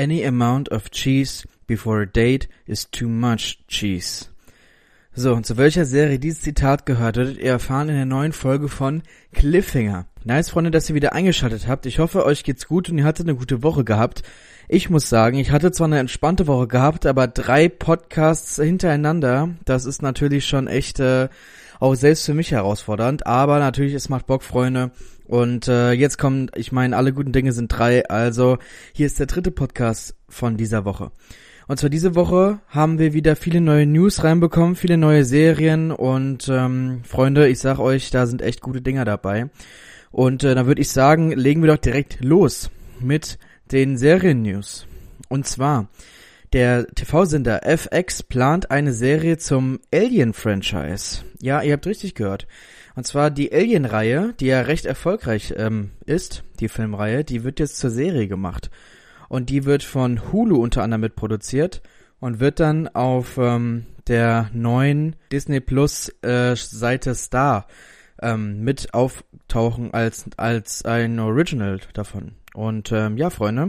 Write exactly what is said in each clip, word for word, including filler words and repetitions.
any amount of cheese before a date is too much cheese. So, und zu welcher Serie dieses Zitat gehört, werdet ihr erfahren in der neuen Folge von Cliffhanger. Nice, Freunde, dass ihr wieder eingeschaltet habt. Ich hoffe, euch geht's gut und ihr hattet eine gute Woche gehabt. Ich muss sagen, ich hatte zwar eine entspannte Woche gehabt, aber drei Podcasts hintereinander, das ist natürlich schon echt äh, auch selbst für mich herausfordernd. Aber natürlich, es macht Bock, Freunde. Und äh, jetzt kommen, ich meine, alle guten Dinge sind drei. Also hier ist der dritte Podcast von dieser Woche. Und zwar diese Woche haben wir wieder viele neue News reinbekommen, viele neue Serien und ähm, Freunde, ich sag euch, da sind echt gute Dinger dabei. Und äh, dann würde ich sagen, legen wir doch direkt los mit den Serien-News. Und zwar, der T V-Sender F X plant eine Serie zum Alien-Franchise. Ja, ihr habt richtig gehört. Und zwar die Alien-Reihe, die ja recht erfolgreich ähm, ist, die Filmreihe, die wird jetzt zur Serie gemacht. Und die wird von Hulu unter anderem mitproduziert und wird dann auf ähm, der neuen Disney Plus äh, Seite Star ähm, mit auftauchen als als ein Original davon. Und ähm, ja, Freunde,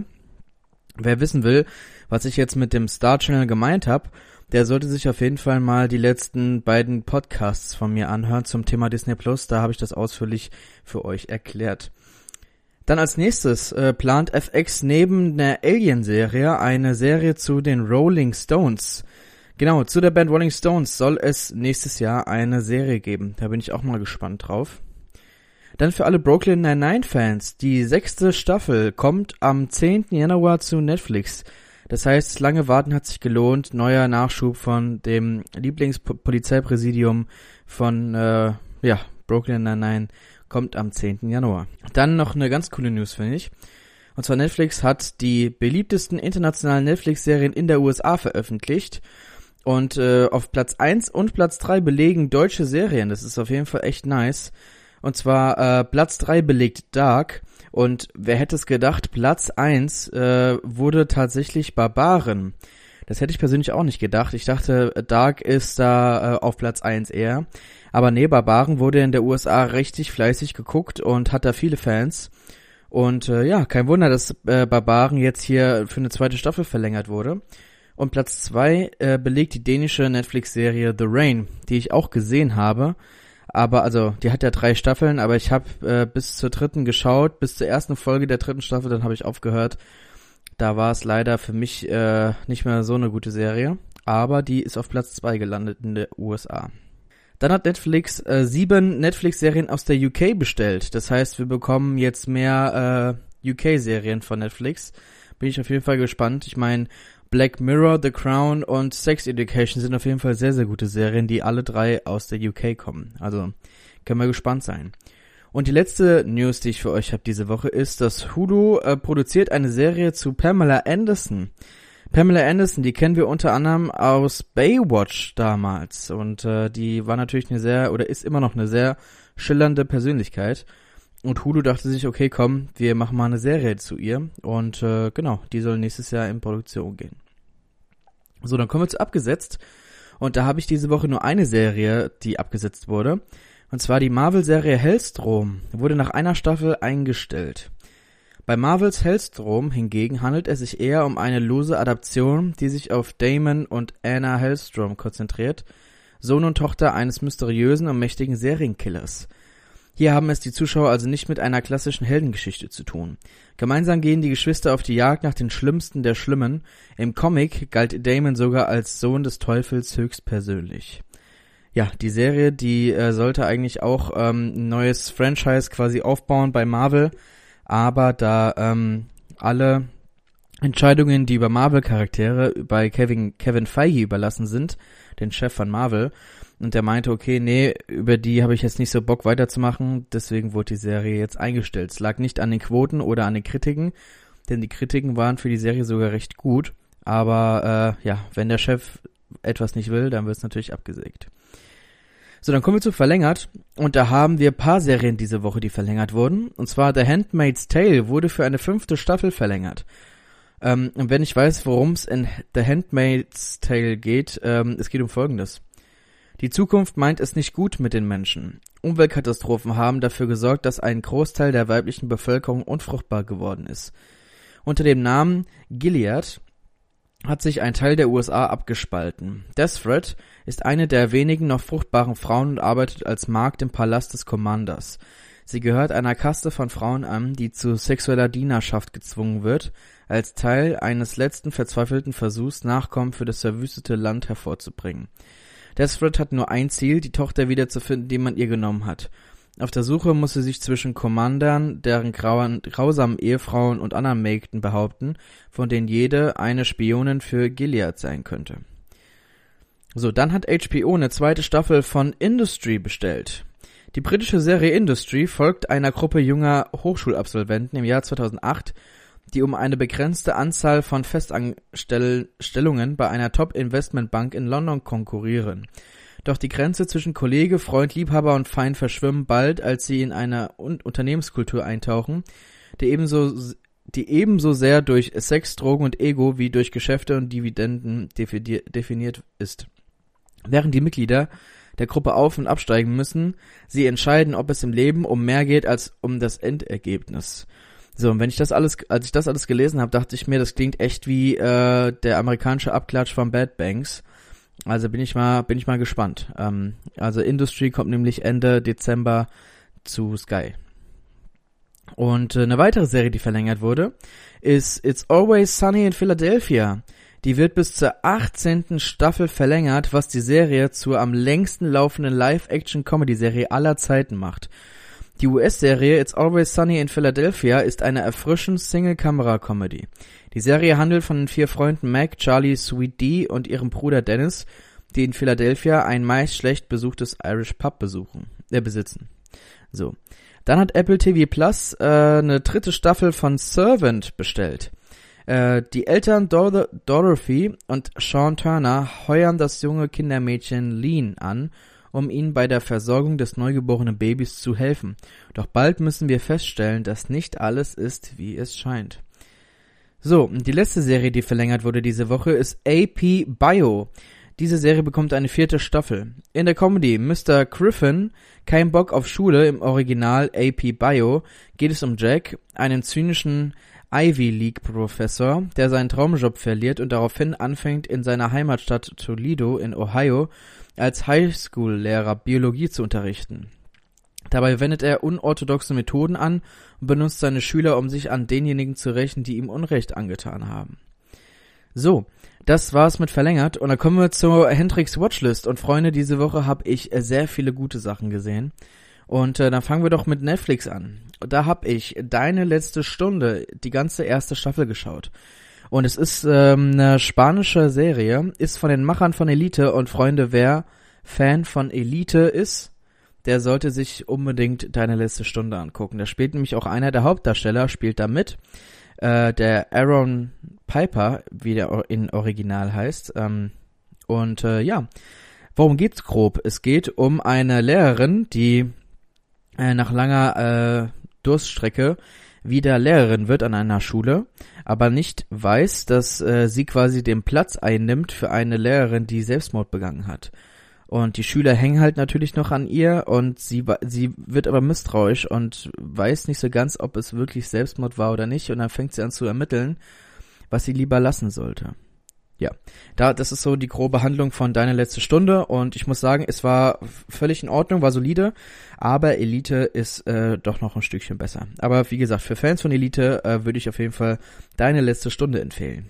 wer wissen will, was ich jetzt mit dem Star Channel gemeint habe, der sollte sich auf jeden Fall mal die letzten beiden Podcasts von mir anhören zum Thema Disney Plus. Da habe ich das ausführlich für euch erklärt. Dann als nächstes äh, plant F X neben der Alien-Serie eine Serie zu den Rolling Stones. Genau, zu der Band Rolling Stones soll es nächstes Jahr eine Serie geben. Da bin ich auch mal gespannt drauf. Dann für alle Brooklyn Nine-Nine-Fans, die sechste Staffel kommt am zehnten Januar zu Netflix. Das heißt, lange Warten hat sich gelohnt. Neuer Nachschub von dem Lieblingspolizeipräsidium von äh, ja Brooklyn Nine-Nine kommt am zehnten Januar. Dann noch eine ganz coole News, finde ich. Und zwar Netflix hat die beliebtesten internationalen Netflix-Serien in der U S A veröffentlicht. Und äh, auf Platz eins und Platz drei belegen deutsche Serien. Das ist auf jeden Fall echt nice. Und zwar äh, Platz drei belegt Dark. Und wer hätte es gedacht, Platz eins äh, wurde tatsächlich Barbaren. Das hätte ich persönlich auch nicht gedacht. Ich dachte, Dark ist da äh, auf Platz eins eher. Aber nee, Barbaren wurde in der U S A richtig fleißig geguckt und hat da viele Fans. Und äh, ja, kein Wunder, dass äh, Barbaren jetzt hier für eine zweite Staffel verlängert wurde. Und Platz zwei äh, belegt die dänische Netflix-Serie The Rain, die ich auch gesehen habe. Aber also, die hat ja drei Staffeln, aber ich habe äh, bis zur dritten geschaut, bis zur ersten Folge der dritten Staffel, dann habe ich aufgehört. Da war es leider für mich äh, nicht mehr so eine gute Serie. Aber die ist auf Platz zwei gelandet in der U S A. Dann hat Netflix äh, sieben Netflix-Serien aus der U K bestellt. Das heißt, wir bekommen jetzt mehr äh, U K-Serien von Netflix. Bin ich auf jeden Fall gespannt. Ich meine, Black Mirror, The Crown und Sex Education sind auf jeden Fall sehr, sehr gute Serien, die alle drei aus der U K kommen. Also können wir gespannt sein. Und die letzte News, die ich für euch habe diese Woche, ist, dass Hulu äh, produziert eine Serie zu Pamela Anderson. Pamela Anderson, die kennen wir unter anderem aus Baywatch damals und äh, die war natürlich eine sehr, oder ist immer noch eine sehr schillernde Persönlichkeit und Hulu dachte sich, okay, komm, wir machen mal eine Serie zu ihr und äh, genau, die soll nächstes Jahr in Produktion gehen. So, dann kommen wir zu Abgesetzt und da habe ich diese Woche nur eine Serie, die abgesetzt wurde und zwar die Marvel-Serie Hellstrom, wurde nach einer Staffel eingestellt. Bei Marvels Hellstrom hingegen handelt es sich eher um eine lose Adaption, die sich auf Damon und Anna Hellstrom konzentriert, Sohn und Tochter eines mysteriösen und mächtigen Serienkillers. Hier haben es die Zuschauer also nicht mit einer klassischen Heldengeschichte zu tun. Gemeinsam gehen die Geschwister auf die Jagd nach den Schlimmsten der Schlimmen. Im Comic galt Damon sogar als Sohn des Teufels höchstpersönlich. Ja, die Serie, die äh, sollte eigentlich auch ähm, ein neues Franchise quasi aufbauen bei Marvel, aber da ähm, alle Entscheidungen, die über Marvel-Charaktere bei Kevin Kevin Feige überlassen sind, den Chef von Marvel, und der meinte, okay, nee, über die habe ich jetzt nicht so Bock weiterzumachen, deswegen wurde die Serie jetzt eingestellt. Es lag nicht an den Quoten oder an den Kritiken, denn die Kritiken waren für die Serie sogar recht gut, aber äh, ja, wenn der Chef etwas nicht will, dann wird es natürlich abgesägt. So, dann kommen wir zu verlängert und da haben wir ein paar Serien diese Woche, die verlängert wurden. Und zwar The Handmaid's Tale wurde für eine fünfte Staffel verlängert. Ähm, und wenn ich weiß, worum es in The Handmaid's Tale geht, ähm, es geht um Folgendes. Die Zukunft meint es nicht gut mit den Menschen. Umweltkatastrophen haben dafür gesorgt, dass ein Großteil der weiblichen Bevölkerung unfruchtbar geworden ist. Unter dem Namen Gilead hat sich ein Teil der U S A abgespalten. Desperate ist eine der wenigen noch fruchtbaren Frauen und arbeitet als Magd im Palast des Commanders. Sie gehört einer Kaste von Frauen an, die zu sexueller Dienerschaft gezwungen wird, als Teil eines letzten verzweifelten Versuchs, Nachkommen für das verwüstete Land hervorzubringen. Desperate hat nur ein Ziel, die Tochter wiederzufinden, die man ihr genommen hat. Auf der Suche muss sie sich zwischen Commandern, deren grauen, grausamen Ehefrauen und anderen Mägden behaupten, von denen jede eine Spionin für Gilead sein könnte. So, dann hat H B O eine zweite Staffel von Industry bestellt. Die britische Serie Industry folgt einer Gruppe junger Hochschulabsolventen im Jahr zweitausendacht, die um eine begrenzte Anzahl von Festanstellungen bei einer Top-Investmentbank in London konkurrieren. Doch die Grenze zwischen Kollege, Freund, Liebhaber und Feind verschwimmen bald, als sie in eine Un- Unternehmenskultur eintauchen, die ebenso, die ebenso sehr durch Sex, Drogen und Ego wie durch Geschäfte und Dividenden definiert, definiert ist. Während die Mitglieder der Gruppe auf- und absteigen müssen, sie entscheiden, ob es im Leben um mehr geht als um das Endergebnis. So, und wenn ich das alles, als ich das alles gelesen habe, dachte ich mir, das klingt echt wie äh, der amerikanische Abklatsch von Bad Banks. Also bin ich mal, bin ich mal gespannt. Ähm, also Industry kommt nämlich Ende Dezember zu Sky. Und äh, eine weitere Serie, die verlängert wurde, ist It's Always Sunny in Philadelphia. Die wird bis zur achtzehnten Staffel verlängert, was die Serie zur am längsten laufenden Live-Action-Comedy-Serie aller Zeiten macht. Die U S-Serie It's Always Sunny in Philadelphia ist eine erfrischend Single-Kamera-Comedy. Die Serie handelt von den vier Freunden Mac, Charlie, Sweet Dee und ihrem Bruder Dennis, die in Philadelphia ein meist schlecht besuchtes Irish Pub besuchen, äh, besitzen. So. Dann hat Apple T V Plus äh, eine dritte Staffel von Servant bestellt. Äh, die Eltern Dor- Dorothy und Sean Turner heuern das junge Kindermädchen Lean an, um ihnen bei der Versorgung des neugeborenen Babys zu helfen. Doch bald müssen wir feststellen, dass nicht alles ist, wie es scheint. So, die letzte Serie, die verlängert wurde diese Woche, ist A P Bio. Diese Serie bekommt eine vierte Staffel. In der Comedy Mister Griffin, kein Bock auf Schule, im Original A P Bio, geht es um Jack, einen zynischen Ivy League Professor, der seinen Traumjob verliert und daraufhin anfängt, in seiner Heimatstadt Toledo in Ohio als Highschool-Lehrer Biologie zu unterrichten. Dabei wendet er unorthodoxe Methoden an und benutzt seine Schüler, um sich an denjenigen zu rächen, die ihm Unrecht angetan haben. So, das war's mit verlängert und dann kommen wir zur Hendrix Watchlist und Freunde, diese Woche habe ich sehr viele gute Sachen gesehen und äh, dann fangen wir doch mit Netflix an. Da habe ich Deine letzte Stunde, die ganze erste Staffel geschaut. Und es ist ähm, eine spanische Serie, ist von den Machern von Elite und Freunde, wer Fan von Elite ist, der sollte sich unbedingt Deine letzte Stunde angucken. Da spielt nämlich auch einer der Hauptdarsteller, spielt da mit, äh, der Aaron Piper, wie der in Original heißt. Ähm, und äh, ja, worum geht's grob? Es geht um eine Lehrerin, die äh, nach langer äh, Durststrecke wieder Lehrerin wird an einer Schule, aber nicht weiß, dass äh, sie quasi den Platz einnimmt für eine Lehrerin, die Selbstmord begangen hat. Und die Schüler hängen halt natürlich noch an ihr und sie sie wird aber misstrauisch und weiß nicht so ganz, ob es wirklich Selbstmord war oder nicht und dann fängt sie an zu ermitteln, was sie lieber lassen sollte. Ja, da das ist so die grobe Handlung von Deine letzte Stunde und ich muss sagen, es war völlig in Ordnung, war solide, aber Elite ist äh, doch noch ein Stückchen besser. Aber wie gesagt, für Fans von Elite äh, würde ich auf jeden Fall Deine letzte Stunde empfehlen.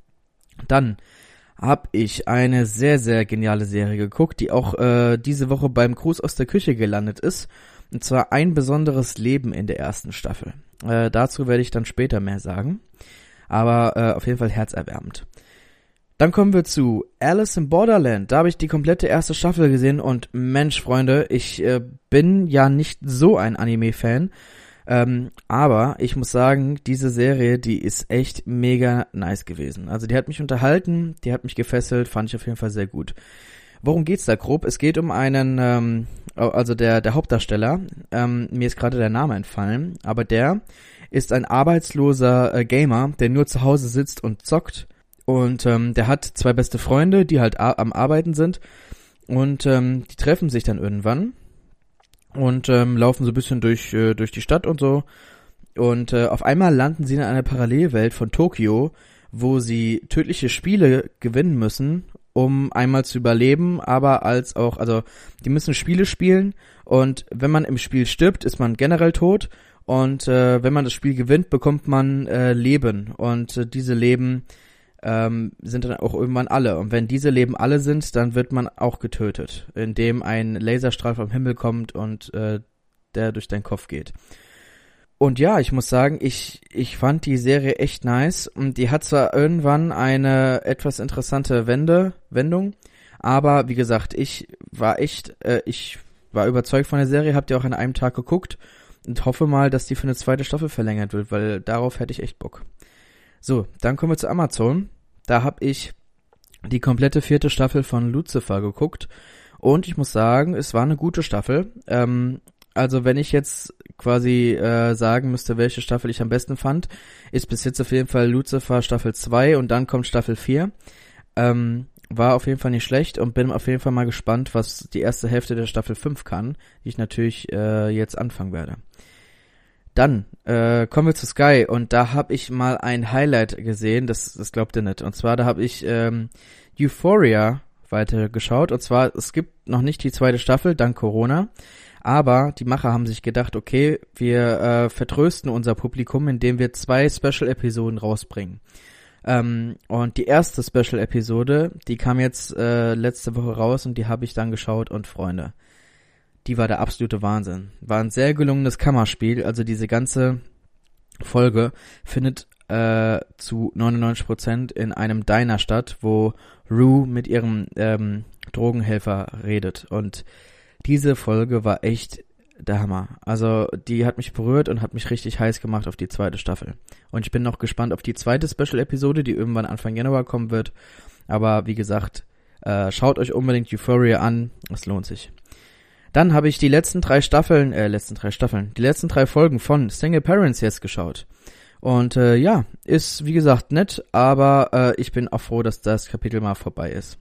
Dann habe ich eine sehr, sehr geniale Serie geguckt, die auch äh, diese Woche beim Gruß aus der Küche gelandet ist. Und zwar Ein besonderes Leben in der ersten Staffel. Äh, dazu werde ich dann später mehr sagen. Aber äh, auf jeden Fall herzerwärmend. Dann kommen wir zu Alice in Borderland. Da habe ich die komplette erste Staffel gesehen und Mensch, Freunde, ich äh, bin ja nicht so ein Anime-Fan, ähm, aber ich muss sagen, diese Serie, die ist echt mega nice gewesen. Also die hat mich unterhalten, die hat mich gefesselt, fand ich auf jeden Fall sehr gut. Worum geht's da grob? Es geht um einen, ähm, also der der Hauptdarsteller, ähm, mir ist gerade der Name entfallen, aber der ist ein arbeitsloser äh, Gamer, der nur zu Hause sitzt und zockt. Und ähm, der hat zwei beste Freunde, die halt a- am Arbeiten sind und ähm, die treffen sich dann irgendwann und ähm, laufen so ein bisschen durch äh, durch die Stadt und so und äh, auf einmal landen sie in einer Parallelwelt von Tokio, wo sie tödliche Spiele gewinnen müssen, um einmal zu überleben, aber als auch, also die müssen Spiele spielen und wenn man im Spiel stirbt, ist man generell tot und äh, wenn man das Spiel gewinnt, bekommt man äh, Leben und äh, diese Leben ähm, sind dann auch irgendwann alle und wenn diese Leben alle sind, dann wird man auch getötet, indem ein Laserstrahl vom Himmel kommt und äh, der durch deinen Kopf geht. Und ja, ich muss sagen, ich ich fand die Serie echt nice und die hat zwar irgendwann eine etwas interessante Wende, Wendung, aber wie gesagt, ich war echt, äh, ich war überzeugt von der Serie, habt ihr auch an einem Tag geguckt und hoffe mal, dass die für eine zweite Staffel verlängert wird, weil darauf hätte ich echt Bock. So, dann kommen wir zu Amazon. Da habe ich die komplette vierte Staffel von Lucifer geguckt und ich muss sagen, es war eine gute Staffel. Ähm, Also wenn ich jetzt quasi äh, sagen müsste, welche Staffel ich am besten fand, ist bis jetzt auf jeden Fall Lucifer Staffel zwei und dann kommt Staffel vier. Ähm, war auf jeden Fall nicht schlecht und bin auf jeden Fall mal gespannt, was die erste Hälfte der Staffel fünf kann, die ich natürlich äh, jetzt anfangen werde. Dann äh, kommen wir zu Sky und da habe ich mal ein Highlight gesehen, das, das glaubt ihr nicht. Und zwar, da habe ich ähm, Euphoria weitergeschaut und zwar, es gibt noch nicht die zweite Staffel, dank Corona. Aber die Macher haben sich gedacht, okay, wir äh, vertrösten unser Publikum, indem wir zwei Special-Episoden rausbringen. Ähm, und die erste Special-Episode, die kam jetzt äh, letzte Woche raus und die habe ich dann geschaut und Freunde, die war der absolute Wahnsinn. War ein sehr gelungenes Kammerspiel, also diese ganze Folge findet äh, zu neunundneunzig Prozent in einem Diner statt, wo Rue mit ihrem ähm, Drogenhelfer redet und diese Folge war echt der Hammer. Also die hat mich berührt und hat mich richtig heiß gemacht auf die zweite Staffel. Und ich bin noch gespannt auf die zweite Special-Episode, die irgendwann Anfang Januar kommen wird. Aber wie gesagt, äh, schaut euch unbedingt Euphoria an. Es lohnt sich. Dann habe ich die letzten drei Staffeln, äh, letzten drei Staffeln, die letzten drei Folgen von Single Parents jetzt geschaut. Und äh, ja, ist wie gesagt nett, aber äh, ich bin auch froh, dass das Kapitel mal vorbei ist.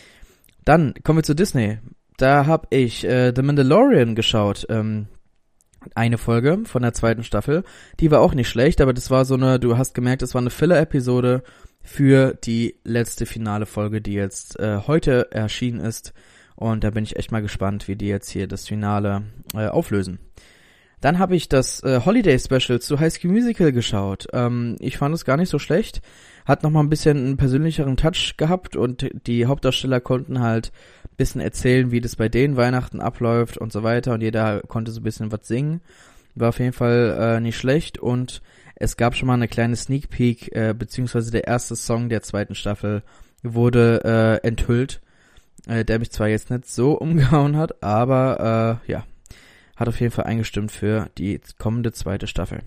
Dann kommen wir zu Disney. Da habe ich äh, The Mandalorian geschaut, ähm, eine Folge von der zweiten Staffel. Die war auch nicht schlecht, aber das war so eine, du hast gemerkt, das war eine Filler-Episode für die letzte finale Folge, die jetzt äh, heute erschienen ist. Und da bin ich echt mal gespannt, wie die jetzt hier das Finale äh, auflösen. Dann habe ich das äh, Holiday Special zu High School Musical geschaut. Ähm, ich fand es gar nicht so schlecht. Hat nochmal ein bisschen einen persönlicheren Touch gehabt und die Hauptdarsteller konnten halt ein bisschen erzählen, wie das bei denen Weihnachten abläuft und so weiter und jeder konnte so ein bisschen was singen. War auf jeden Fall äh, nicht schlecht und es gab schon mal eine kleine Sneak Peek, äh, beziehungsweise der erste Song der zweiten Staffel wurde äh, enthüllt, äh, der mich zwar jetzt nicht so umgehauen hat, aber äh, ja, hat auf jeden Fall eingestimmt für die kommende zweite Staffel.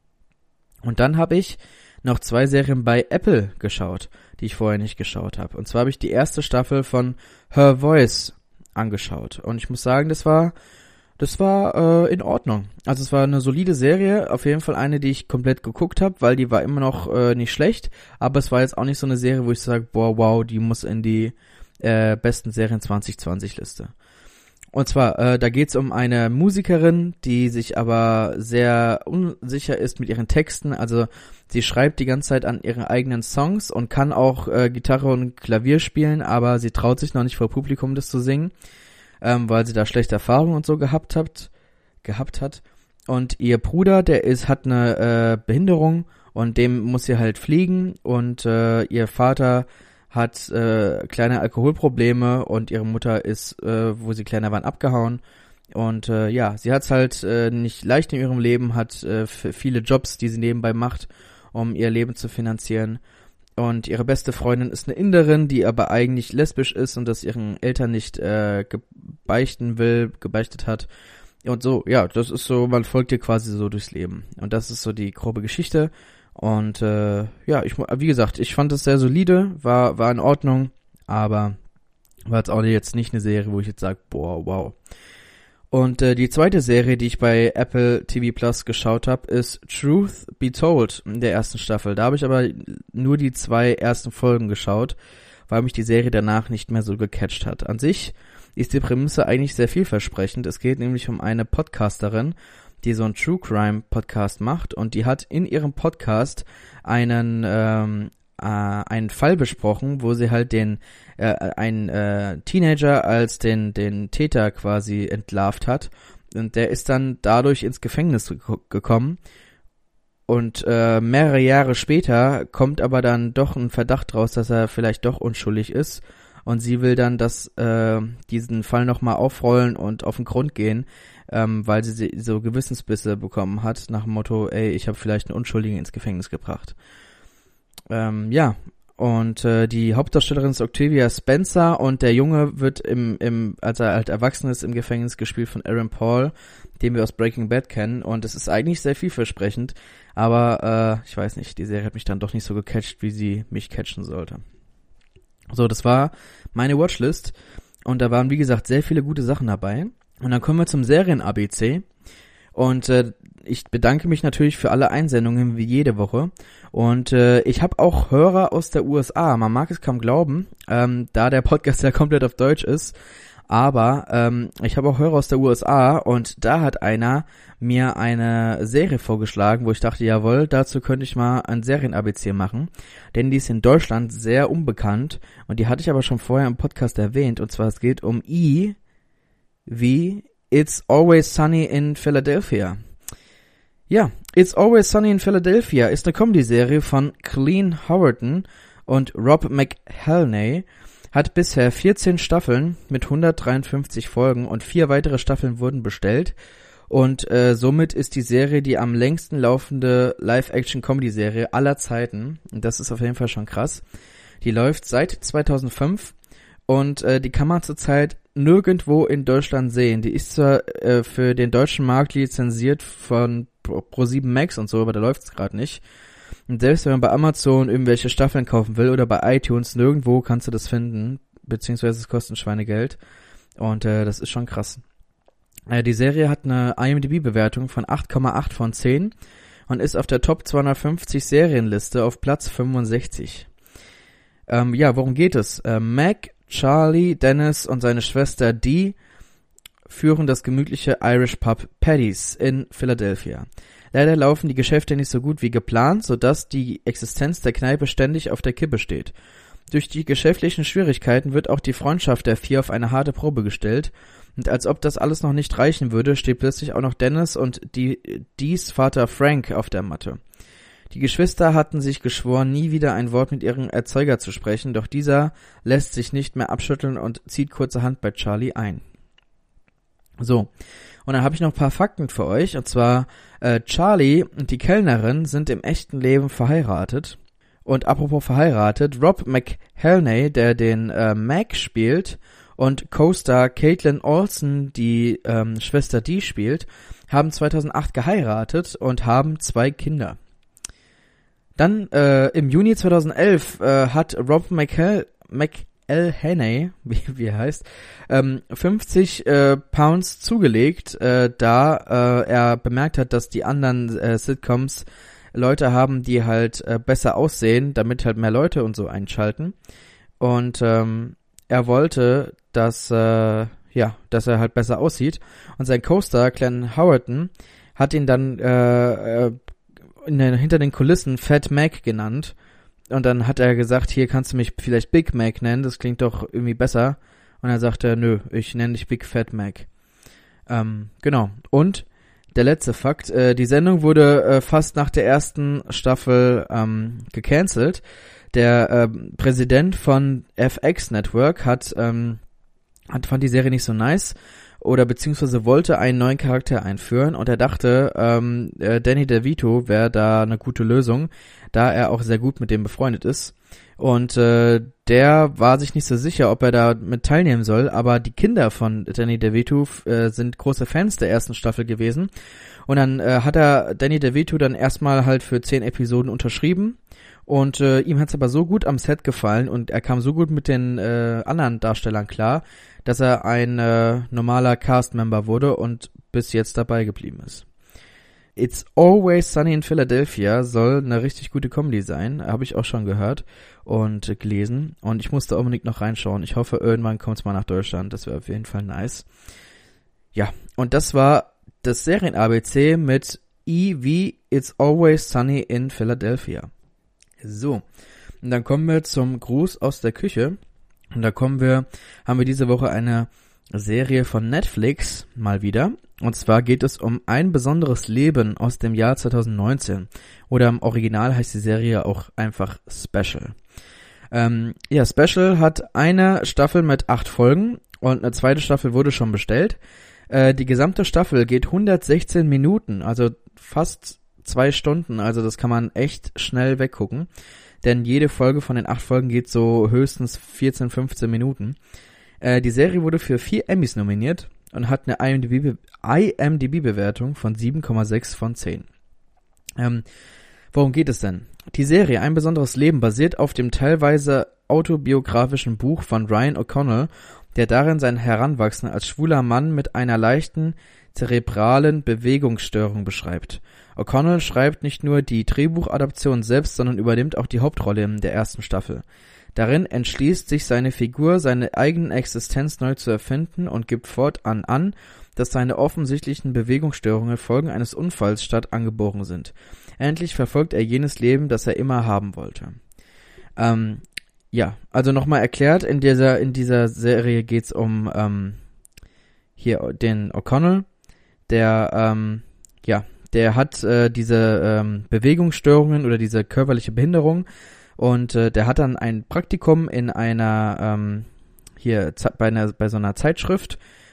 Und dann habe ich noch zwei Serien bei Apple geschaut, die ich vorher nicht geschaut habe. Und zwar habe ich die erste Staffel von Her Voice angeschaut. Und ich muss sagen, das war das war äh, in Ordnung. Also es war eine solide Serie, auf jeden Fall eine, die ich komplett geguckt habe, weil die war immer noch äh, nicht schlecht. Aber es war jetzt auch nicht so eine Serie, wo ich sage, boah, wow, die muss in die äh, besten Serien zwanzig zwanzig Liste. Und zwar, äh, da geht's um eine Musikerin, die sich aber sehr unsicher ist mit ihren Texten. Also sie schreibt die ganze Zeit an ihren eigenen Songs und kann auch äh, Gitarre und Klavier spielen, aber sie traut sich noch nicht vor Publikum das zu singen, ähm, weil sie da schlechte Erfahrungen und so gehabt hat, gehabt hat. Und ihr Bruder, der ist hat eine äh, Behinderung und dem muss sie halt fliegen und äh, ihr Vater hat äh, kleine Alkoholprobleme und ihre Mutter ist, äh, wo sie kleiner waren, abgehauen. Und äh, ja, sie hat's halt äh, nicht leicht in ihrem Leben, hat äh, viele Jobs, die sie nebenbei macht, um ihr Leben zu finanzieren. Und ihre beste Freundin ist eine Inderin, die aber eigentlich lesbisch ist und das ihren Eltern nicht äh, gebeichten will, gebeichtet hat. Und so, ja, das ist so, man folgt ihr quasi so durchs Leben. Und das ist so die grobe Geschichte. Und äh, ja, ich wie gesagt, ich fand es sehr solide, war war in Ordnung, aber war jetzt auch jetzt nicht eine Serie, wo ich jetzt sage, boah, wow. Und äh, die zweite Serie, die ich bei Apple T V Plus geschaut habe, ist Truth Be Told in der ersten Staffel. Da habe ich aber nur die zwei ersten Folgen geschaut, weil mich die Serie danach nicht mehr so gecatcht hat. An sich ist die Prämisse eigentlich sehr vielversprechend. Es geht nämlich um eine Podcasterin, die so einen True Crime Podcast macht, und die hat in ihrem Podcast einen ähm, äh, einen Fall besprochen, wo sie halt den äh, einen äh, Teenager als den den Täter quasi entlarvt hat, und der ist dann dadurch ins Gefängnis ge- gekommen. Und äh, mehrere Jahre später kommt aber dann doch ein Verdacht raus, dass er vielleicht doch unschuldig ist. Und sie will dann das, äh, diesen Fall nochmal aufrollen und auf den Grund gehen, ähm, weil sie so Gewissensbisse bekommen hat, nach dem Motto, ey, ich habe vielleicht einen Unschuldigen ins Gefängnis gebracht. Ähm, ja, und äh, die Hauptdarstellerin ist Octavia Spencer, und der Junge wird, im, im, als er halt erwachsen ist, im Gefängnis gespielt von Aaron Paul, den wir aus Breaking Bad kennen, und es ist eigentlich sehr vielversprechend, aber äh, ich weiß nicht, die Serie hat mich dann doch nicht so gecatcht, wie sie mich catchen sollte. So, das war meine Watchlist, und da waren, wie gesagt, sehr viele gute Sachen dabei. Und dann kommen wir zum Serien-A B C, und äh, ich bedanke mich natürlich für alle Einsendungen, wie jede Woche, und äh, ich habe auch Hörer aus der U S A, man mag es kaum glauben, ähm, da der Podcast ja komplett auf Deutsch ist, aber ähm, ich habe auch Hörer aus der U S A, und da hat einer mir eine Serie vorgeschlagen, wo ich dachte, jawohl, dazu könnte ich mal ein Serien-A B C machen, denn die ist in Deutschland sehr unbekannt, und die hatte ich aber schon vorher im Podcast erwähnt, und zwar es geht um I wie It's Always Sunny in Philadelphia. Ja, It's Always Sunny in Philadelphia ist eine Comedy-Serie von Colleen Howerton und Rob McElhenney, hat bisher vierzehn Staffeln mit hundertdreiundfünfzig Folgen, und vier weitere Staffeln wurden bestellt, und äh, somit ist die Serie die am längsten laufende Live-Action-Comedy-Serie aller Zeiten, und das ist auf jeden Fall schon krass. Die läuft seit zweitausendfünf, und äh, die kann man zurzeit nirgendwo in Deutschland sehen. Die ist zwar äh, für den deutschen Markt lizenziert von ProSieben Max und so, aber da läuft's gerade nicht. Und selbst wenn man bei Amazon irgendwelche Staffeln kaufen will oder bei iTunes, nirgendwo kannst du das finden, beziehungsweise es kostet ein Schweinegeld. Und äh, das ist schon krass. Äh, die Serie hat eine I M D B-Bewertung von acht Komma acht von zehn und ist auf der Top zweihundertfünfzig Serienliste auf Platz fünfundsechzig. Ähm, ja, worum geht es? Äh, Mac, Charlie, Dennis und seine Schwester Dee führen das gemütliche Irish Pub Paddy's in Philadelphia. Leider laufen die Geschäfte nicht so gut wie geplant, sodass die Existenz der Kneipe ständig auf der Kippe steht. Durch die geschäftlichen Schwierigkeiten wird auch die Freundschaft der vier auf eine harte Probe gestellt, und als ob das alles noch nicht reichen würde, steht plötzlich auch noch Dennis und die Dees Vater Frank auf der Matte. Die Geschwister hatten sich geschworen, nie wieder ein Wort mit ihrem Erzeuger zu sprechen, doch dieser lässt sich nicht mehr abschütteln und zieht kurzerhand bei Charlie ein. So, und dann habe ich noch ein paar Fakten für euch, und zwar äh, Charlie und die Kellnerin sind im echten Leben verheiratet. Und apropos verheiratet, Rob McElhenney, der den äh, Mac spielt, und Co-Star Caitlin Olsen, die ähm, Schwester Dee spielt, haben zweitausendacht geheiratet und haben zwei Kinder. Dann äh, im Juni zweitausendelf äh, hat Rob McEl- McElhenney, wie, wie er heißt, ähm, fünfzig äh, Pounds zugelegt, äh, da äh, er bemerkt hat, dass die anderen äh, Sitcoms Leute haben, die halt äh, besser aussehen, damit halt mehr Leute und so einschalten. Und ähm, er wollte, dass äh, ja, dass er halt besser aussieht. Und sein Co-Star Glenn Howerton hat ihn dann äh, äh, in den, hinter den Kulissen Fat Mac genannt. Und dann hat er gesagt, hier kannst du mich vielleicht Big Mac nennen, das klingt doch irgendwie besser. Und dann sagte er, nö, ich nenne dich Big Fat Mac. Ähm, genau. Und der letzte Fakt, äh, die Sendung wurde äh, fast nach der ersten Staffel ähm, gecancelt. Der äh, Präsident von F X Network hat, ähm, hat fand die Serie nicht so nice oder beziehungsweise wollte einen neuen Charakter einführen, und er dachte, ähm, äh, Danny DeVito wäre da eine gute Lösung, da er auch sehr gut mit dem befreundet ist. Und äh, der war sich nicht so sicher, ob er da mit teilnehmen soll, aber die Kinder von Danny DeVito äh, sind große Fans der ersten Staffel gewesen. Und dann äh, hat er Danny DeVito dann erstmal halt für zehn Episoden unterschrieben. Und äh, ihm hat's aber so gut am Set gefallen und er kam so gut mit den äh, anderen Darstellern klar, dass er ein äh, normaler Cast-Member wurde und bis jetzt dabei geblieben ist. It's Always Sunny in Philadelphia soll eine richtig gute Comedy sein, habe ich auch schon gehört und gelesen, und ich musste unbedingt noch reinschauen. Ich hoffe, irgendwann kommt's mal nach Deutschland, das wäre auf jeden Fall nice. Ja, und das war das Serien-A B C mit E wie It's Always Sunny in Philadelphia. So, und dann kommen wir zum Gruß aus der Küche. Und da kommen wir, haben wir diese Woche eine Serie von Netflix mal wieder. Und zwar geht es um Ein besonderes Leben aus dem Jahr zwanzig neunzehn. Oder im Original heißt die Serie auch einfach Special. Ähm, ja, Special hat eine Staffel mit acht Folgen und eine zweite Staffel wurde schon bestellt. Äh, die gesamte Staffel geht hundertsechzehn Minuten, also fast zwei Stunden. Also das kann man echt schnell weggucken. Denn jede Folge von den acht Folgen geht so höchstens vierzehn, fünfzehn Minuten. Äh, die Serie wurde für vier Emmys nominiert und hat eine I M D B-Bewertung von sieben Komma sechs von zehn. Ähm, worum geht es denn? Die Serie Ein besonderes Leben basiert auf dem teilweise autobiografischen Buch von Ryan O'Connell, der darin sein Heranwachsen als schwuler Mann mit einer leichten zerebralen Bewegungsstörung beschreibt. O'Connell schreibt nicht nur die Drehbuchadaption selbst, sondern übernimmt auch die Hauptrolle in der ersten Staffel. Darin entschließt sich seine Figur, seine eigene Existenz neu zu erfinden und gibt fortan an, dass seine offensichtlichen Bewegungsstörungen Folgen eines Unfalls statt angeboren sind. Endlich verfolgt er jenes Leben, das er immer haben wollte. Ähm, ja, also nochmal erklärt, in dieser, in dieser Serie geht's um ähm, hier den O'Connell, der, ähm, ja, der hat äh, diese ähm, Bewegungsstörungen oder diese körperliche Behinderung und äh, der hat dann ein Praktikum in einer, ähm, hier bei einer bei so einer Zeitschrift,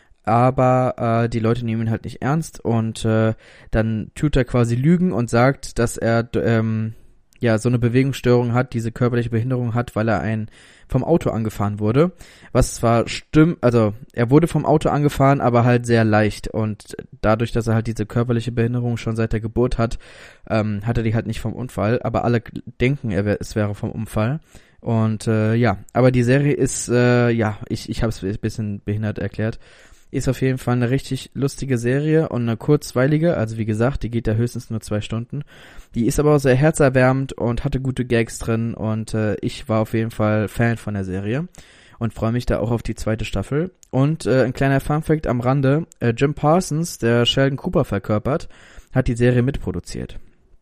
aber äh, die Leute nehmen ihn halt nicht ernst und äh, dann tut er quasi Lügen und sagt, dass er ähm, ja so eine Bewegungsstörung hat, diese körperliche Behinderung hat, weil er ein vom Auto angefahren wurde, was zwar stimmt, also er wurde vom Auto angefahren, aber halt sehr leicht und dadurch, dass er halt diese körperliche Behinderung schon seit der Geburt hat, ähm, hat er die halt nicht vom Unfall, aber alle denken, er wär, es wäre vom Unfall und äh, ja, aber die Serie ist, äh, ja, ich, ich habe es ein bisschen behindert erklärt, ist auf jeden Fall eine richtig lustige Serie und eine kurzweilige, also wie gesagt, die geht ja höchstens nur zwei Stunden. Die ist aber auch sehr herzerwärmend und hatte gute Gags drin und äh, ich war auf jeden Fall Fan von der Serie und freue mich da auch auf die zweite Staffel. Und äh, ein kleiner Funfact am Rande, äh, Jim Parsons, der Sheldon Cooper verkörpert, hat die Serie mitproduziert.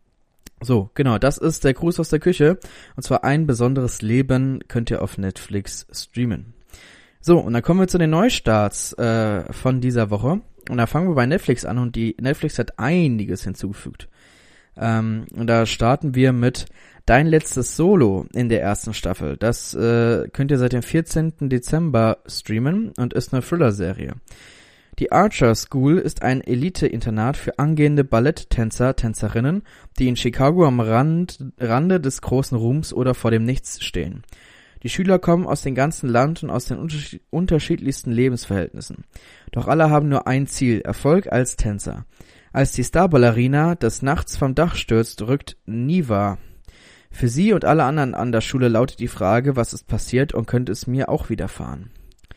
So, genau, das ist der Gruß aus der Küche und zwar Ein besonderes Leben könnt ihr auf Netflix streamen. So, und dann kommen wir zu den Neustarts äh, von dieser Woche. Und da fangen wir bei Netflix an und die Netflix hat einiges hinzugefügt. Ähm, und da starten wir mit Dein letztes Solo in der ersten Staffel. Das äh, könnt ihr seit dem vierzehnten Dezember streamen und ist eine Thriller-Serie. Die Archer School ist ein Elite-Internat für angehende Balletttänzer, Tänzerinnen, die in Chicago am Rand, Rande des großen Ruhms oder vor dem Nichts stehen. Die Schüler kommen aus dem ganzen Land und aus den unterschied- unterschiedlichsten Lebensverhältnissen. Doch alle haben nur ein Ziel, Erfolg als Tänzer. Als die Starballerina des Nachts vom Dach stürzt, rückt Niva. Für sie und alle anderen an der Schule lautet die Frage, was ist passiert und könnte es mir auch widerfahren?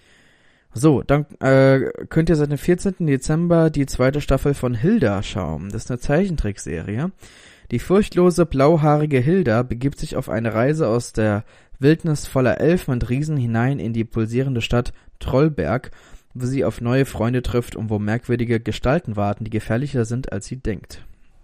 So, dann äh, könnt ihr seit dem vierzehnten Dezember die zweite Staffel von Hilda schauen. Das ist eine Zeichentrickserie. Die furchtlose, blauhaarige Hilda begibt sich auf eine Reise aus der Wildnis voller Elfen und Riesen hinein in die pulsierende Stadt Trollberg, wo sie auf neue Freunde trifft und wo merkwürdige Gestalten warten, die gefährlicher sind, als sie denkt.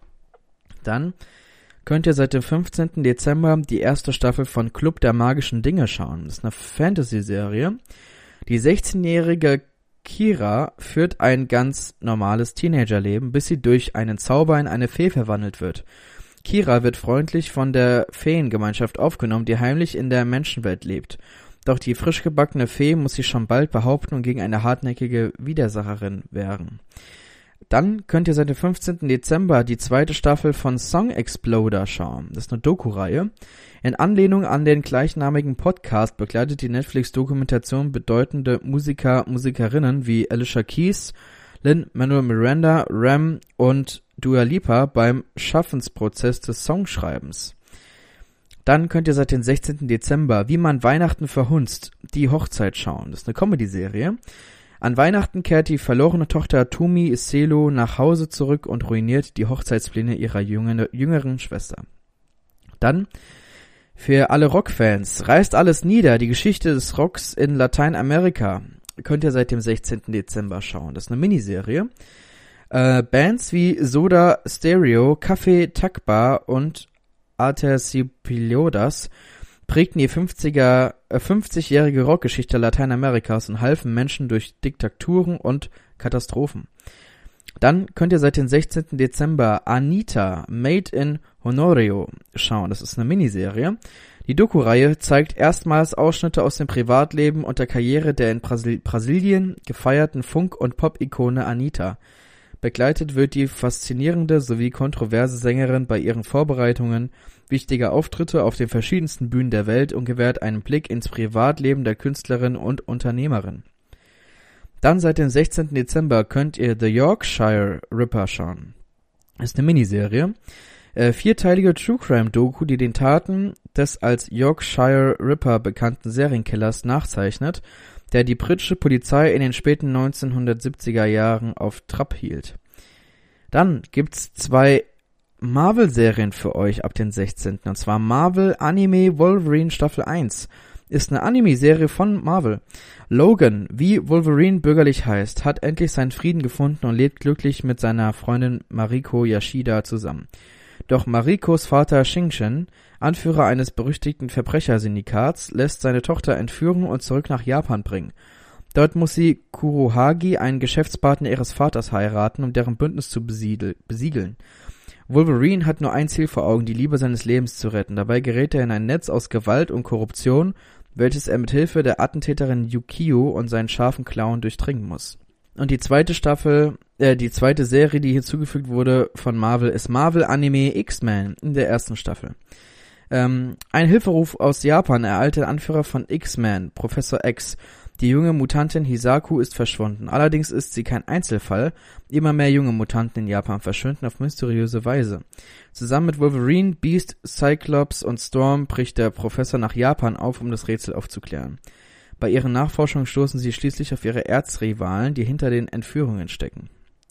Dann könnt ihr seit dem fünfzehnten Dezember die erste Staffel von Club der magischen Dinge schauen. Das ist eine Fantasy-Serie. Die sechzehnjährige Kira führt ein ganz normales Teenagerleben, bis sie durch einen Zauber in eine Fee verwandelt wird. Kira wird freundlich von der Feengemeinschaft aufgenommen, die heimlich in der Menschenwelt lebt. Doch die frisch gebackene Fee muss sich schon bald behaupten und gegen eine hartnäckige Widersacherin wehren. Dann könnt ihr seit dem fünfzehnten Dezember die zweite Staffel von Song Exploder schauen. Das ist eine Doku-Reihe. In Anlehnung an den gleichnamigen Podcast begleitet die Netflix-Dokumentation bedeutende Musiker, Musikerinnen wie Alicia Keys, Lin-Manuel Miranda, Ram und Dua Lipa beim Schaffensprozess des Songschreibens. Dann könnt ihr seit dem sechzehnten Dezember Wie man Weihnachten verhunzt, die Hochzeit schauen. Das ist eine Comedy-Serie. An Weihnachten kehrt die verlorene Tochter Tumi Iselo nach Hause zurück und ruiniert die Hochzeitspläne ihrer jüngeren Schwester. Dann für alle Rockfans, reißt alles nieder, die Geschichte des Rocks in Lateinamerika. Könnt ihr seit dem sechzehnten Dezember schauen. Das ist eine Miniserie. Äh, Bands wie Soda Stereo, Café Takbar und Aterciopelados prägten die fünfziger, äh, fünfzigjährige Rockgeschichte Lateinamerikas und halfen Menschen durch Diktaturen und Katastrophen. Dann könnt ihr seit dem sechzehnten Dezember Anita, Made in Honorio schauen. Das ist eine Miniserie. Die Doku-Reihe zeigt erstmals Ausschnitte aus dem Privatleben und der Karriere der in Brasil- Brasilien gefeierten Funk- und Pop-Ikone Anita. Begleitet wird die faszinierende sowie kontroverse Sängerin bei ihren Vorbereitungen wichtiger Auftritte auf den verschiedensten Bühnen der Welt und gewährt einen Blick ins Privatleben der Künstlerin und Unternehmerin. Dann seit dem sechzehnten Dezember könnt ihr The Yorkshire Ripper schauen. Das ist eine Miniserie. Äh, vierteilige True-Crime-Doku, die den Taten des als Yorkshire Ripper bekannten Serienkillers nachzeichnet, der die britische Polizei in den späten neunzehnhundertsiebziger Jahren auf Trab hielt. Dann gibt's zwei Marvel-Serien für euch ab den sechzehnten Und zwar Marvel Anime Wolverine Staffel eins. Ist eine Anime-Serie von Marvel. Logan, wie Wolverine bürgerlich heißt, hat endlich seinen Frieden gefunden und lebt glücklich mit seiner Freundin Mariko Yashida zusammen. Doch Marikos Vater Shinshin, Anführer eines berüchtigten Verbrechersyndikats, lässt seine Tochter entführen und zurück nach Japan bringen. Dort muss sie Kurohagi, einen Geschäftspartner ihres Vaters, heiraten, um deren Bündnis zu besiedel- besiegeln. Wolverine hat nur ein Ziel vor Augen, die Liebe seines Lebens zu retten. Dabei gerät er in ein Netz aus Gewalt und Korruption, welches er mit Hilfe der Attentäterin Yukio und seinen scharfen Klauen durchdringen muss. Und die zweite Staffel, äh, die zweite Serie, die hinzugefügt wurde von Marvel, ist Marvel Anime X-Men in der ersten Staffel. Ähm, ein Hilferuf aus Japan ereilte den Anführer von X-Men, Professor X. Die junge Mutantin Hisaku ist verschwunden. Allerdings ist sie kein Einzelfall. Immer mehr junge Mutanten in Japan verschwinden auf mysteriöse Weise. Zusammen mit Wolverine, Beast, Cyclops und Storm bricht der Professor nach Japan auf, um das Rätsel aufzuklären. Bei ihren Nachforschungen stoßen sie schließlich auf ihre Erzrivalen, die hinter den Entführungen stecken.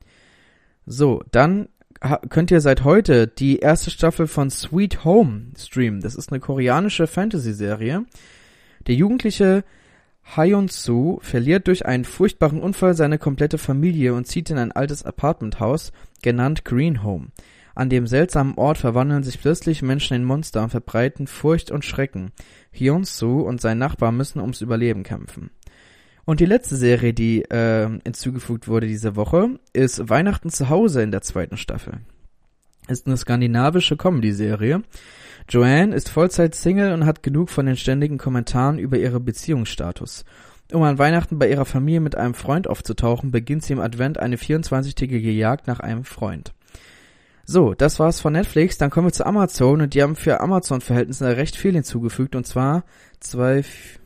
So, dann könnt ihr seit heute die erste Staffel von Sweet Home streamen. Das ist eine koreanische Fantasy-Serie. Der jugendliche Hyun-soo verliert durch einen furchtbaren Unfall seine komplette Familie und zieht in ein altes Apartmenthaus, genannt Green Home. An dem seltsamen Ort verwandeln sich plötzlich Menschen in Monster und verbreiten Furcht und Schrecken. Hyun-soo und sein Nachbar müssen ums Überleben kämpfen. Und die letzte Serie, die äh, hinzugefügt wurde diese Woche, ist Weihnachten zu Hause in der zweiten Staffel. Ist eine skandinavische Comedy-Serie. Joanne ist Vollzeit-Single und hat genug von den ständigen Kommentaren über ihren Beziehungsstatus. Um an Weihnachten bei ihrer Familie mit einem Freund aufzutauchen, beginnt sie im Advent eine vierundzwanzigtägige Jagd nach einem Freund. So, das war's von Netflix. Dann kommen wir zu Amazon und die haben für Amazon-Verhältnisse recht viel hinzugefügt und zwar zwei,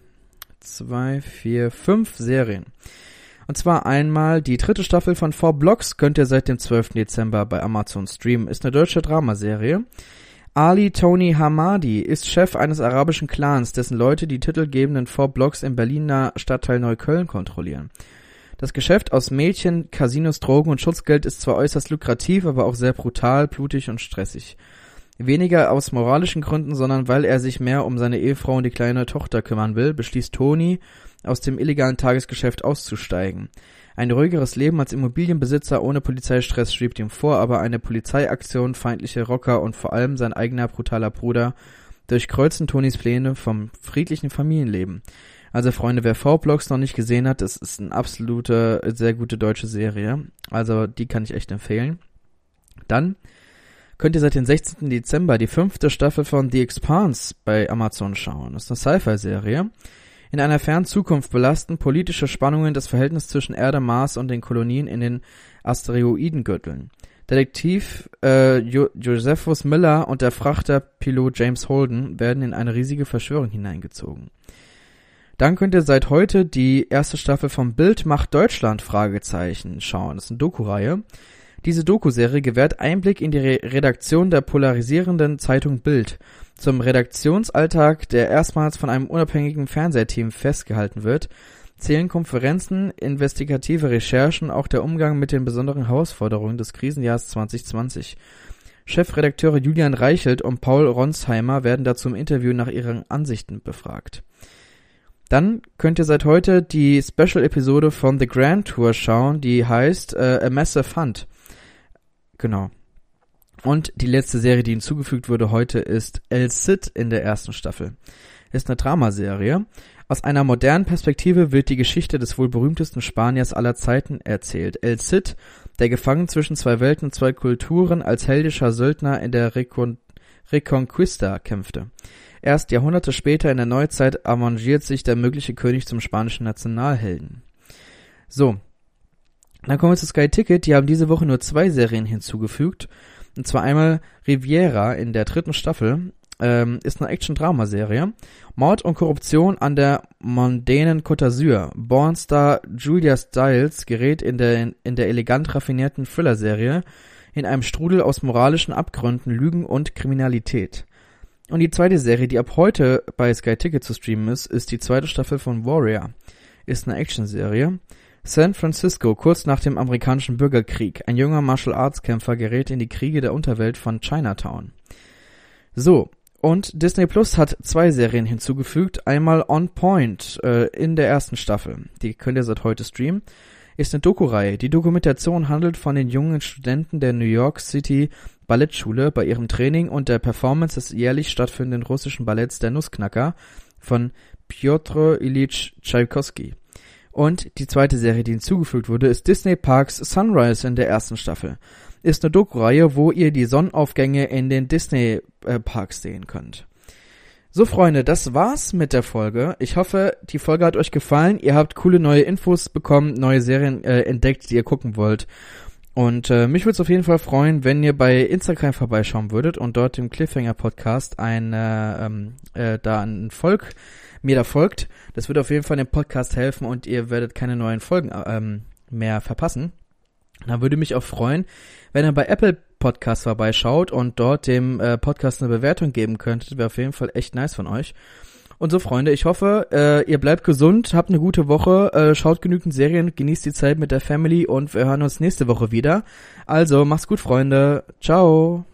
zwei, vier, fünf Serien. Und zwar einmal die dritte Staffel von Four Blocks könnt ihr seit dem zwölften Dezember bei Amazon streamen. Ist eine deutsche Dramaserie. Ali Tony Hamadi ist Chef eines arabischen Clans, dessen Leute die titelgebenden Four Blocks im Berliner Stadtteil Neukölln kontrollieren. Das Geschäft aus Mädchen, Casinos, Drogen und Schutzgeld ist zwar äußerst lukrativ, aber auch sehr brutal, blutig und stressig. Weniger aus moralischen Gründen, sondern weil er sich mehr um seine Ehefrau und die kleine Tochter kümmern will, beschließt Tony, aus dem illegalen Tagesgeschäft auszusteigen. Ein ruhigeres Leben als Immobilienbesitzer ohne Polizeistress schwebt ihm vor, aber eine Polizeiaktion, feindliche Rocker und vor allem sein eigener brutaler Bruder durchkreuzen Tonys Pläne vom friedlichen Familienleben. Also Freunde, wer Four Blocks noch nicht gesehen hat, das ist eine absolute, sehr gute deutsche Serie. Also die kann ich echt empfehlen. Dann könnt ihr seit dem sechzehnten Dezember die fünfte Staffel von The Expanse bei Amazon schauen. Das ist eine Sci-Fi-Serie. In einer fernen Zukunft belasten politische Spannungen das Verhältnis zwischen Erde, Mars und den Kolonien in den Asteroidengürteln. Detektiv äh, jo- Josephus Miller und der Frachterpilot James Holden werden in eine riesige Verschwörung hineingezogen. Dann könnt ihr seit heute die erste Staffel von Bild macht Deutschland Fragezeichen schauen. Das ist eine Doku-Reihe. Diese Doku-Serie gewährt Einblick in die Re- Redaktion der polarisierenden Zeitung Bild. Zum Redaktionsalltag, der erstmals von einem unabhängigen Fernsehteam festgehalten wird, zählen Konferenzen, investigative Recherchen, auch der Umgang mit den besonderen Herausforderungen des Krisenjahrs zwanzig zwanzig. Chefredakteure Julian Reichelt und Paul Ronsheimer werden dazu im Interview nach ihren Ansichten befragt. Dann könnt ihr seit heute die Special-Episode von The Grand Tour schauen, die heißt äh, A Massive Hunt. Genau. Und die letzte Serie, die hinzugefügt wurde heute, ist El Cid in der ersten Staffel. Ist eine Dramaserie. Aus einer modernen Perspektive wird die Geschichte des wohl berühmtesten Spaniers aller Zeiten erzählt. El Cid, der gefangen zwischen zwei Welten und zwei Kulturen als heldischer Söldner in der Recon- Reconquista kämpfte. Erst Jahrhunderte später in der Neuzeit avanciert sich der mögliche König zum spanischen Nationalhelden. So, dann kommen wir zu Sky Ticket. Die haben diese Woche nur zwei Serien hinzugefügt. Und zwar einmal Riviera in der dritten Staffel. Ähm, ist eine Action-Drama-Serie. Mord und Korruption an der mondänen Côte d'Azur. Bornstar Julia Stiles gerät in der, in der elegant raffinierten Thriller-Serie in einem Strudel aus moralischen Abgründen, Lügen und Kriminalität. Und die zweite Serie, die ab heute bei Sky Ticket zu streamen ist, ist die zweite Staffel von Warrior. Ist eine Action-Serie. San Francisco, kurz nach dem amerikanischen Bürgerkrieg. Ein junger Martial-Arts-Kämpfer gerät in die Kriege der Unterwelt von Chinatown. So, und Disney Plus hat zwei Serien hinzugefügt. Einmal On Point äh, in der ersten Staffel. Die könnt ihr seit heute streamen. Ist eine Doku-Reihe. Die Dokumentation handelt von den jungen Studenten der New York City Ballettschule bei ihrem Training und der Performance des jährlich stattfindenden russischen Balletts Der Nussknacker von Pjotr Ilyich Tschaikowski. Und die zweite Serie, die hinzugefügt wurde, ist Disney Parks Sunrise in der ersten Staffel. Ist eine Doku-Reihe, wo ihr die Sonnenaufgänge in den Disney-Parks sehen könnt. So, Freunde, das war's mit der Folge. Ich hoffe, die Folge hat euch gefallen. Ihr habt coole neue Infos bekommen, neue Serien äh, entdeckt, die ihr gucken wollt. Und äh, mich würde es auf jeden Fall freuen, wenn ihr bei Instagram vorbeischauen würdet und dort dem Cliffhanger-Podcast ein, äh, ähm, äh, da ein Volk mir da folgt. Das wird auf jeden Fall dem Podcast helfen und ihr werdet keine neuen Folgen ähm, mehr verpassen. Da würde mich auch freuen, wenn ihr bei Apple Podcasts vorbeischaut und dort dem äh, Podcast eine Bewertung geben könntet. Wäre auf jeden Fall echt nice von euch. Und so, Freunde, ich hoffe, äh, ihr bleibt gesund, habt eine gute Woche, äh, schaut genügend Serien, genießt die Zeit mit der Family und wir hören uns nächste Woche wieder. Also, macht's gut, Freunde. Ciao.